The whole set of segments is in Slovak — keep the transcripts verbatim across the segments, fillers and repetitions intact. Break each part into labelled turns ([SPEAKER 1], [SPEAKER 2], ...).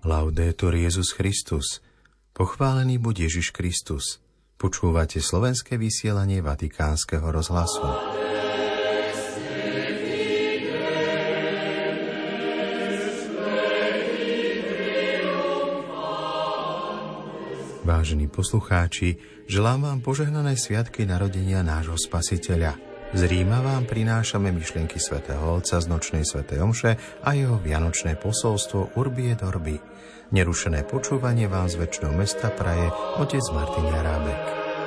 [SPEAKER 1] Laudetur Jesus Christus. Pochválený buď Ježiš Kristus. Počúvate slovenské vysielanie Vatikánskeho rozhlasu. Vážení poslucháči, želám vám požehnané sviatky narodenia nášho Spasiteľa. Z Ríma vám prinášame myšlienky svätého Otca z nočnej svätej omše a jeho vianočné posolstvo Urbi et Orbi. Nerušené počúvanie vám z večného mesta praje otec Martin Járábek.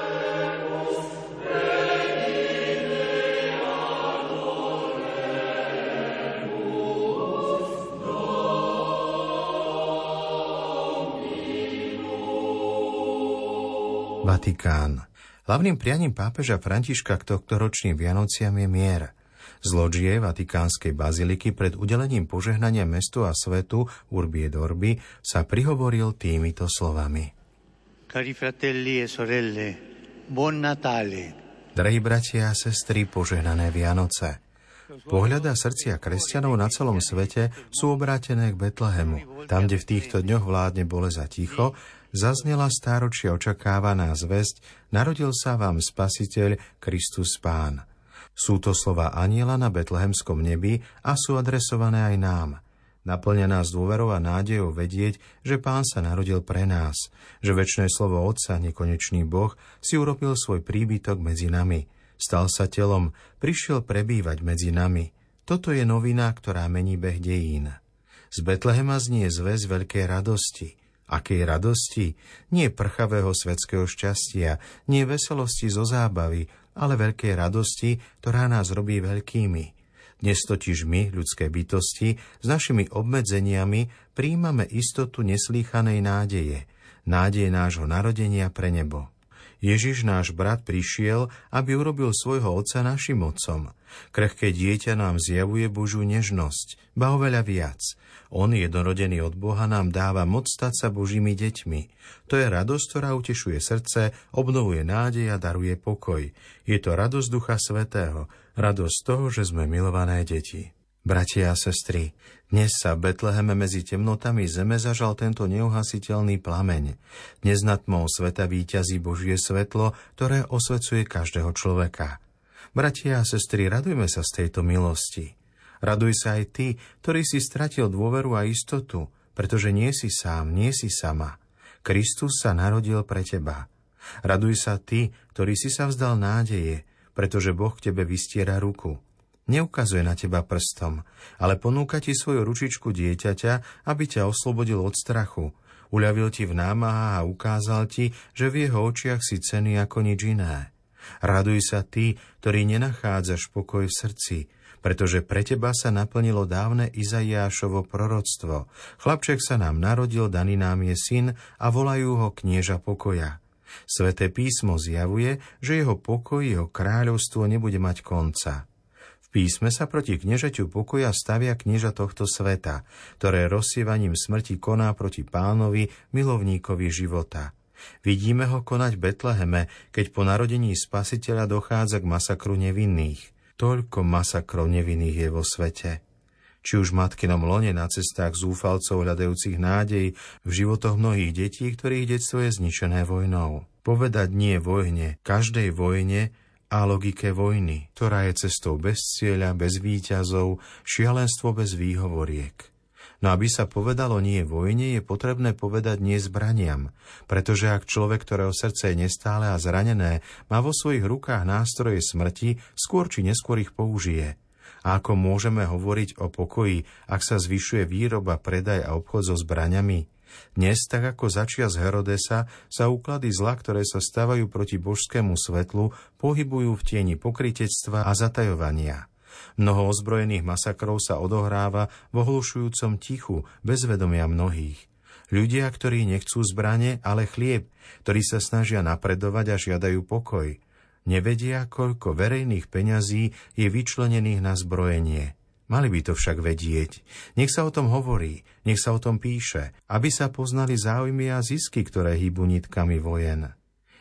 [SPEAKER 1] Vatikán. Hlavným prianím pápeža Františka k tohtoročným Vianociam je mier. Z lóžie Vatikánskej baziliky pred udelením požehnania mestu a svetu Urbi et Orbi sa prihovoril týmito slovami.
[SPEAKER 2] Cari fratelli e sorelle, buon Natale.
[SPEAKER 1] Drahí bratia a sestry, požehnané Vianoce. Pohľad a srdcia kresťanov na celom svete sú obrátené k Betlehemu. Tam, kde v týchto dňoch vládne bolesť a ticho, zaznela stáročia očakávaná zvesť: narodil sa vám Spasiteľ, Kristus Pán. Sú to slova anjela na betlehemskom nebi a sú adresované aj nám. Naplňa nás dôverou a nádejou vedieť, že Pán sa narodil pre nás, že večné slovo Otca, nekonečný Boh, si urobil svoj príbytok medzi nami. Stal sa telom, prišiel prebývať medzi nami. Toto je novina, ktorá mení beh dejín. Z Betlehema znie zvesť veľkej radosti. Akej radosti? Nie prchavého svetského šťastia, nie veselosti zo zábavy, ale veľkej radosti, ktorá nás robí veľkými. Dnes totiž my, ľudské bytosti, s našimi obmedzeniami prijímame istotu neslýchanej nádeje, nádej nášho narodenia pre nebo. Ježiš, náš brat, prišiel, aby urobil svojho otca našim otcom. Krehké dieťa nám zjavuje Božiu nežnosť, ba oveľa viac. On, jednorodený od Boha, nám dáva moc stať sa Božími deťmi. To je radosť, ktorá utešuje srdce, obnovuje nádej a daruje pokoj. Je to radosť Ducha Svätého, radosť toho, že sme milované deti. Bratia a sestry, dnes sa v Betleheme medzi temnotami zeme zažal tento neuhasiteľný plameň. Dnes nad tmou sveta víťazí Božie svetlo, ktoré osvecuje každého človeka. Bratia a sestry, radujme sa z tejto milosti. Raduj sa aj ty, ktorý si stratil dôveru a istotu, pretože nie si sám, nie si sama. Kristus sa narodil pre teba. Raduj sa ty, ktorý si sa vzdal nádeje, pretože Boh k tebe vystiera ruku. Neukazuje na teba prstom, ale ponúka ti svoju ručičku dieťaťa, aby ťa oslobodil od strachu. Uľavil ti v námahách a ukázal ti, že v jeho očiach si cenný ako nič iné. Raduj sa ty, ktorý nenachádzaš pokoj v srdci, pretože pre teba sa naplnilo dávne Izaiášovo proroctvo. Chlapček sa nám narodil, daný nám je syn a volajú ho knieža pokoja. Sväté písmo zjavuje, že jeho pokoj, jeho kráľovstvo nebude mať konca. V písme sa proti kniežaťu pokoja stavia knieža tohto sveta, ktoré rozsievaním smrti koná proti Pánovi, milovníkovi života. Vidíme ho konať v Betleheme, keď po narodení Spasiteľa dochádza k masakru nevinných. Toľko masakrov nevinných je vo svete. Či už v matkinom lone, na cestách zúfalcov hľadajúcich nádej, v životoch mnohých detí, ktorých detstvo je zničené vojnou. Povedať nie vojne, každej vojne a logike vojny, ktorá je cestou bez cieľa, bez víťazov, šialenstvo bez výhovoriek. No aby sa povedalo nie vojne, je potrebné povedať nie zbraniam, pretože ak človek, ktorého srdce je nestále a zranené, má vo svojich rukách nástroje smrti, skôr či neskôr ich použije. A ako môžeme hovoriť o pokoji, ak sa zvyšuje výroba, predaj a obchod so zbraňami? Dnes, tak ako začias Herodesa, sa úklady zla, ktoré sa stavajú proti božskému svetlu, pohybujú v tieni pokrytectva a zatajovania. Mnoho ozbrojených masakrov sa odohráva v ohlušujúcom tichu, bez vedomia mnohých. Ľudia, ktorí nechcú zbrane, ale chlieb, ktorí sa snažia napredovať a žiadajú pokoj. Nevedia, koľko verejných peňazí je vyčlenených na zbrojenie. Mali by to však vedieť. Nech sa o tom hovorí, nech sa o tom píše, aby sa poznali záujmy a zisky, ktoré hýbu nitkami vojen.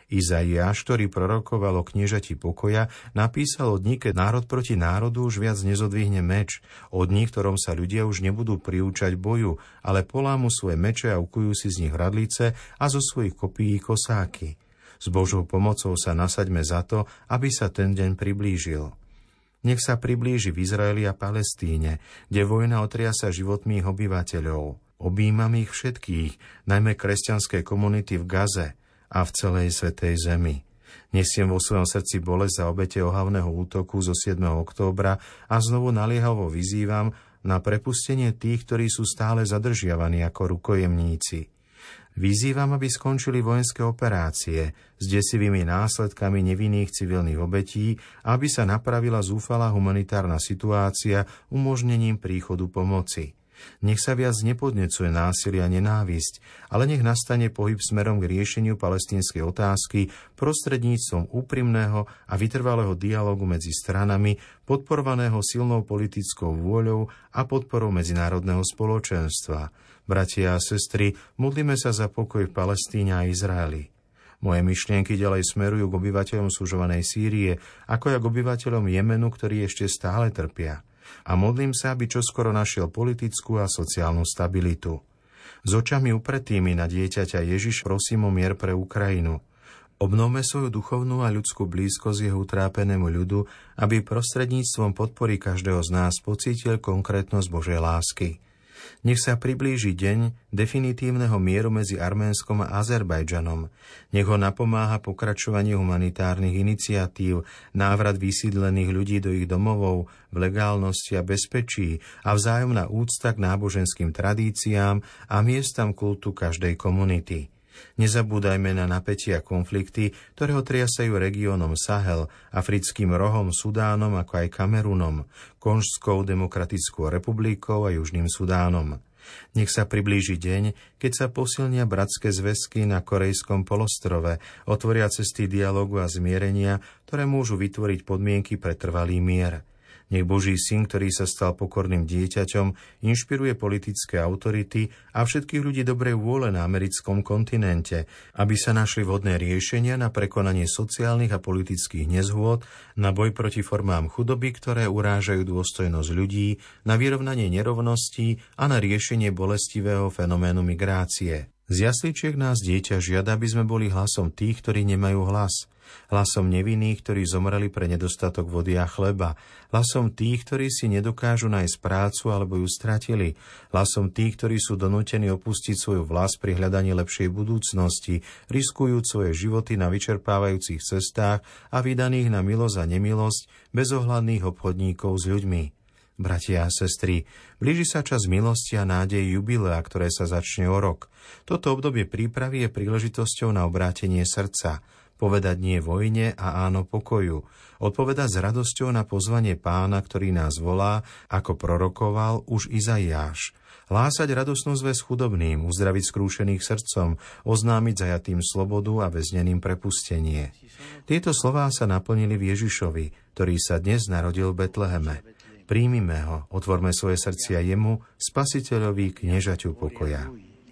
[SPEAKER 1] Izaiáš, ktorý prorokoval o kniežati pokoja, napísal: od dní, keď národ proti národu už viac nezodvihne meč, od dní, ktorom sa ľudia už nebudú priúčať boju, ale polámu svoje meče a ukujú si z nich hradlice a zo svojich kopií kosáky. S Božou pomocou sa nasaďme za to, aby sa ten deň priblížil. Nech sa priblíži v Izraeli a Palestíne, kde vojna otriasa životmi ich obyvateľov. Objímam ich všetkých, najmä kresťanské komunity v Gaze a v celej svätej zemi. Nesiem vo svojom srdci bolesť za obete ohavného útoku zo siedmeho októbra a znovu naliehavo vyzývam na prepustenie tých, ktorí sú stále zadržiavaní ako rukojemníci. Vyzývam, aby skončili vojenské operácie s desivými následkami nevinných civilných obetí a aby sa napravila zúfalá humanitárna situácia umožnením príchodu pomoci. Nech sa viac nepodnecuje násilie a nenávisť, ale nech nastane pohyb smerom k riešeniu palestínskej otázky prostredníctvom úprimného a vytrvalého dialógu medzi stranami, podporovaného silnou politickou vôľou a podporou medzinárodného spoločenstva. Bratia a sestry, modlíme sa za pokoj v Palestíne a Izraeli. Moje myšlienky ďalej smerujú k obyvateľom sužovanej Sýrie, ako aj k obyvateľom Jemenu, ktorí ešte stále trpia. A modlím sa, aby čoskoro našiel politickú a sociálnu stabilitu. S očami upretými na dieťaťa Ježiš prosím o mier pre Ukrajinu. Obnovme svoju duchovnú a ľudskú blízkosť jeho utrápenému ľudu, aby prostredníctvom podpory každého z nás pocítil konkrétnosť Božej lásky. Nech sa priblíži deň definitívneho mieru medzi Arménskom a Azerbajdžanom. Nech ho napomáha pokračovanie humanitárnych iniciatív, návrat vysídlených ľudí do ich domovov v legálnosti a bezpečí a vzájomná úcta k náboženským tradíciám a miestam kultu každej komunity. Nezabúdajme na napätia a konflikty, ktoré otriasajú regiónom Sahel, Africkým rohom, Sudánom, ako aj Kamerunom, Konžskou demokratickou republikou a Južným Sudánom. Nech sa priblíži deň, keď sa posilnia bratské zväzky na Korejskom polostrove, otvoria cesty dialógu a zmierenia, ktoré môžu vytvoriť podmienky pre trvalý mier. Nech Boží syn, ktorý sa stal pokorným dieťaťom, inšpiruje politické autority a všetkých ľudí dobrej vôle na americkom kontinente, aby sa našli vhodné riešenia na prekonanie sociálnych a politických nezhôd, na boj proti formám chudoby, ktoré urážajú dôstojnosť ľudí, na vyrovnanie nerovností a na riešenie bolestivého fenoménu migrácie. Z jasličiek nás dieťa žiada, aby sme boli hlasom tých, ktorí nemajú hlas. Hlasom nevinných, ktorí zomreli pre nedostatok vody a chleba. Hlasom tých, ktorí si nedokážu nájsť prácu alebo ju stratili. Hlasom tých, ktorí sú donútení opustiť svoju vlast pri hľadaní lepšej budúcnosti, riskujúc svoje životy na vyčerpávajúcich cestách a vydaných na milosť a nemilosť bezohľadných obchodníkov s ľuďmi. Bratia a sestry, blíži sa čas milosti a nádej jubilea, ktoré sa začne o rok. Toto obdobie prípravy je príležitosťou na obrátenie srdca, povedať nie vojne a áno pokoju, odpovedať s radosťou na pozvanie Pána, ktorý nás volá, ako prorokoval už Izaiáš. Hlásať radosnú zväz chudobným, uzdraviť skrúšených srdcom, oznámiť zajatým slobodu a väzneným prepustenie. Tieto slová sa naplnili v Ježišovi, ktorý sa dnes narodil v Betleheme. Príjmime ho, otvorme svoje srdcia jemu, Spasiteľovi, kniežaťu pokoja.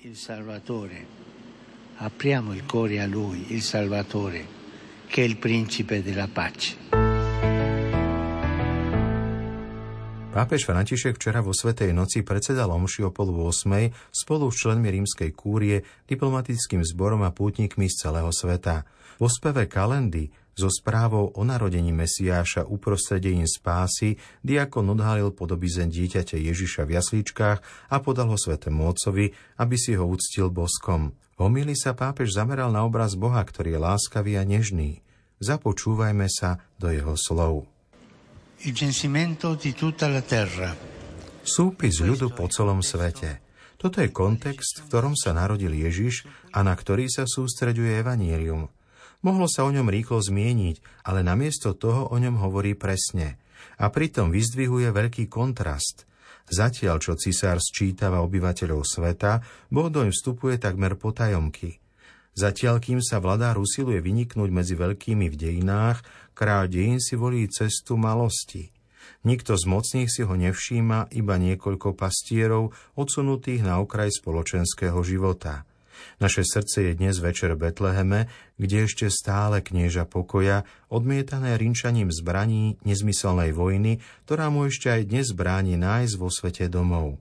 [SPEAKER 2] Apriamo il cuore a lui, il Salvatore, che è il principe della pace.
[SPEAKER 1] Pápež František včera vo Svätej noci predsedal omši o pol ôsmej spolu s členmi rímskej kúrie, diplomatickým zborom a pútnikmi z celého sveta. Vo speve Kalendy so správou o narodení Mesiáša uprostred dejín spásy diakon odhalil podobizeň dieťaťa Ježiša v jaslíčkách a podal ho svätému otcovi, aby si ho uctil boskom. V homílii sa pápež zameral na obraz Boha, ktorý je láskavý a nežný. Započúvajme sa do jeho slov. Súpis ľudu po celom svete. Toto je kontext, v ktorom sa narodil Ježiš a na ktorý sa sústreďuje evanjelium. Mohlo sa o ňom rýchlo zmieniť, ale namiesto toho o ňom hovorí presne. A pritom vyzdvihuje veľký kontrast. Zatiaľ, čo cisár sčítava obyvateľov sveta, Boh doň vstupuje takmer potajomky. Zatiaľ, kým sa vladár usiluje vyniknúť medzi veľkými v dejinách, kráľ dejín si volí cestu malosti. Nikto z mocných si ho nevšíma, iba niekoľko pastierov odsunutých na okraj spoločenského života. Naše srdce je dnes večer v Betleheme, kde ešte stále knieža pokoja, odmietané rinčaním zbraní nezmyselnej vojny, ktorá mu ešte aj dnes bráni nájsť vo svete domov.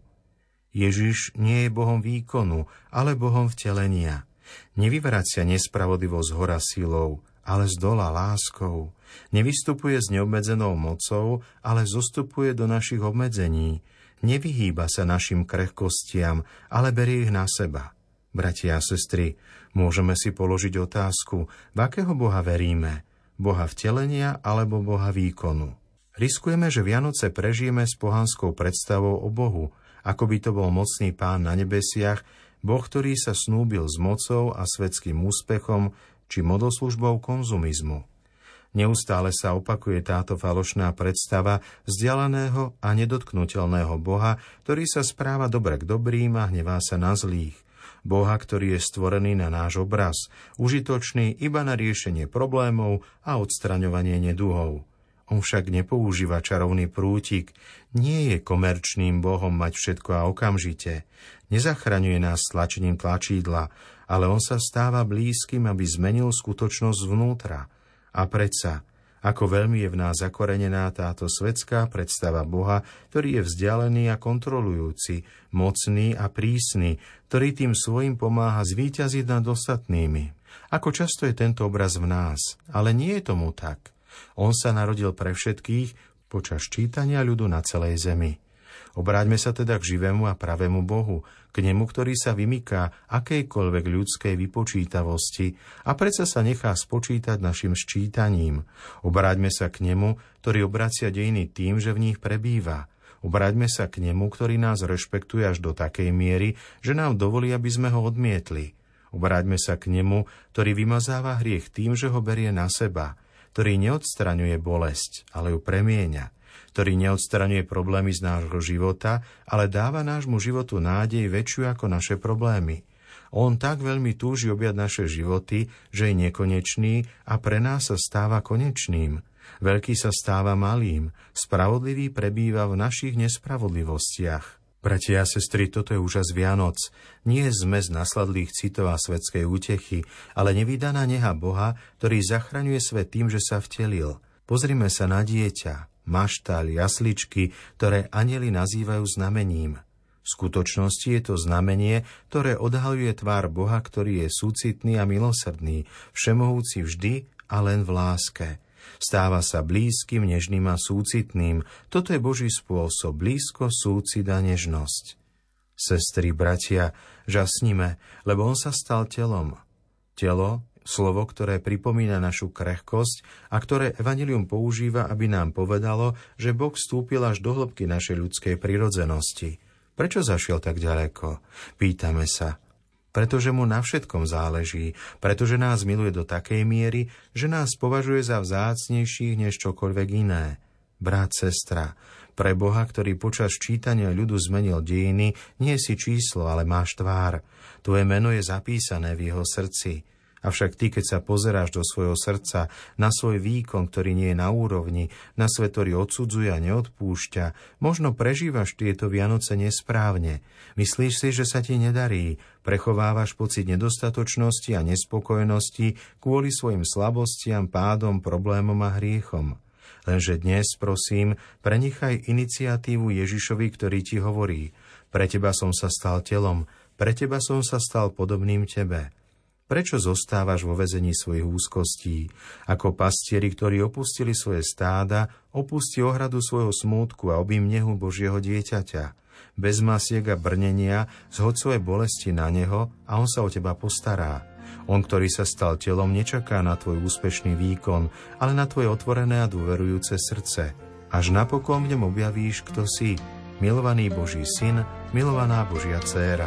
[SPEAKER 1] Ježiš nie je Bohom výkonu, ale Bohom vtelenia. Nevyvracia nespravodlivosť hora silou, ale z dola láskou. Nevystupuje s neobmedzenou mocou, ale zostupuje do našich obmedzení. Nevyhýba sa našim krehkostiam, ale berie ich na seba. Bratia a sestry, môžeme si položiť otázku, v akého Boha veríme? Boha vtelenia alebo Boha výkonu? Riskujeme, že Vianoce prežijeme s pohanskou predstavou o Bohu, ako by to bol mocný Pán na nebesiach, Boh, ktorý sa snúbil s mocou a svetským úspechom či modoslužbou konzumizmu. Neustále sa opakuje táto falošná predstava vzdialeného a nedotknuteľného Boha, ktorý sa správa dobre k dobrým a hnevá sa na zlých. Boha, ktorý je stvorený na náš obraz, užitočný iba na riešenie problémov a odstraňovanie neduhov. On však nepoužíva čarovný prútik, nie je komerčným Bohom mať všetko a okamžite. Nezachraňuje nás tlačením tlačídla, ale on sa stáva blízkym, aby zmenil skutočnosť zvnútra. A predsa, ako veľmi je v nás zakorenená táto svetská predstava Boha, ktorý je vzdialený a kontrolujúci, mocný a prísny, ktorý tým svojim pomáha zvíťaziť nad ostatnými. Ako často je tento obraz v nás, ale nie je tomu tak. On sa narodil pre všetkých počas čítania ľudu na celej zemi. Obráťme sa teda k živému a pravému Bohu, k nemu, ktorý sa vymyká akejkoľvek ľudskej vypočítavosti a predsa sa nechá spočítať našim ščítaním. Obráťme sa k nemu, ktorý obracia dejiny tým, že v nich prebýva. Obráťme sa k nemu, ktorý nás rešpektuje až do takej miery, že nám dovolí, aby sme ho odmietli. Obráťme sa k nemu, ktorý vymazáva hriech tým, že ho berie na seba, ktorý neodstraňuje bolesť, ale ju premieňa, ktorý neodstraňuje problémy z nášho života, ale dáva nášmu životu nádej väčšiu ako naše problémy. On tak veľmi túži objať naše životy, že je nekonečný a pre nás sa stáva konečným. Veľký sa stáva malým, spravodlivý prebýva v našich nespravodlivostiach. Bratia a sestry, toto je úžas Vianoc. Nie je zmes nasladlých citov a svetskej útechy, ale nevydaná neha Boha, ktorý zachraňuje svet tým, že sa vtelil. Pozrime sa na dieťa, maštaľ, jasličky, ktoré anjeli nazývajú znamením. V skutočnosti je to znamenie, ktoré odhaľuje tvár Boha, ktorý je súcitný a milosrdný, všemohúci vždy a len v láske. Stáva sa blízkym, nežným a súcitným. Toto je Boží spôsob, blízko, súcit a nežnosť. Sestry, bratia, žasnime, lebo on sa stal telom. Telo, slovo, ktoré pripomína našu krehkosť a ktoré evanjelium používa, aby nám povedalo, že Boh vstúpil až do hĺbky našej ľudskej prirodzenosti. Prečo zašiel tak ďaleko? Pýtame sa. Pretože mu na všetkom záleží, pretože nás miluje do takej miery, že nás považuje za vzácnejších než čokoľvek iné. Brat, sestra, pre Boha, ktorý počas čítania ľudu zmenil dejiny, nie si číslo, ale máš tvár. Tvoje meno je zapísané v jeho srdci. Avšak ty, keď sa pozeráš do svojho srdca, na svoj výkon, ktorý nie je na úrovni, na svet, ktorý odsudzuje a neodpúšťa, možno prežívaš tieto Vianoce nesprávne. Myslíš si, že sa ti nedarí, prechovávaš pocit nedostatočnosti a nespokojnosti kvôli svojim slabostiam, pádom, problémom a hriechom. Lenže dnes, prosím, prenechaj iniciatívu Ježišovi, ktorý ti hovorí: pre teba som sa stal telom, pre teba som sa stal podobným tebe. Prečo zostávaš vo väzení svojich úzkostí? Ako pastieri, ktorí opustili svoje stáda, opustí ohradu svojho smútku a obím nehu Božieho dieťaťa. Bez masiek a brnenia, zhoď svoje bolesti na neho a on sa o teba postará. On, ktorý sa stal telom, nečaká na tvoj úspešný výkon, ale na tvoje otvorené a dôverujúce srdce. Až napokon v ňom objavíš, kto si, milovaný Boží syn, milovaná Božia dcéra.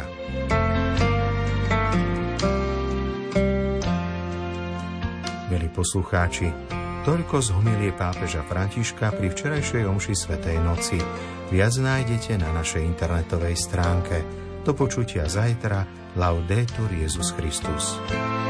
[SPEAKER 1] Milí poslucháči, toľko z homilie pápeža Františka pri včerajšej omši svätej noci. Viac nájdete na našej internetovej stránke. Do počutia zajtra. Laudetur Jesus Christus.